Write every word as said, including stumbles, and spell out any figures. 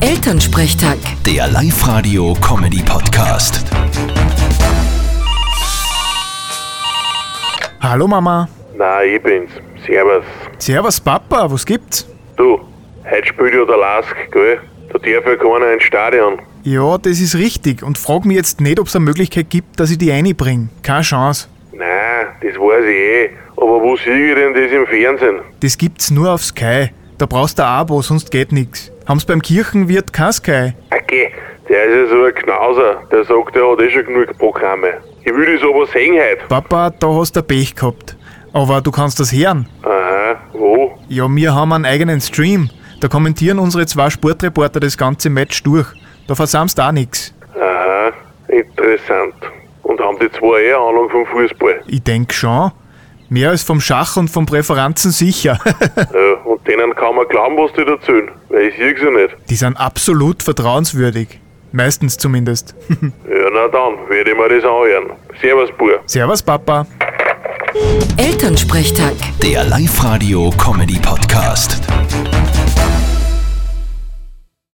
Elternsprechtag. Der Live-Radio-Comedy-Podcast. Hallo Mama. Nein, ich bin's. Servus. Servus Papa, was gibt's? Du, heute spielt ja der Lask, gell? Da darf ja keiner ins Stadion. Ja, das ist richtig und frag mich jetzt nicht, ob es eine Möglichkeit gibt, dass ich die reinbringe. Keine Chance. Nein, das weiß ich eh. Aber wo sehe ich denn das im Fernsehen? Das gibt's nur auf Sky. Da brauchst du ein Abo, sonst geht nix. Haben's beim Kirchenwirt kein Sky? Okay, der ist ja so ein Knauser. Der sagt, der hat eh schon genug Programme. Ich will das aber sehen heute. Papa, da hast du Pech gehabt. Aber du kannst das hören. Aha, wo? Ja, wir haben einen eigenen Stream. Da kommentieren unsere zwei Sportreporter das ganze Match durch. Da versammst du auch nix. Aha, interessant. Und haben die zwei eh Ahnung vom Fußball? Ich denk schon. Mehr als vom Schach und von Präferenzen sicher. Ja, und denen kann man glauben, was die erzählen. Weil ich sehe sie nicht. Die sind absolut vertrauenswürdig. Meistens zumindest. Ja, na dann, werde ich mir das anhören. Servus, Bub. Servus Papa. Elternsprechtag. Der Live-Radio-Comedy-Podcast.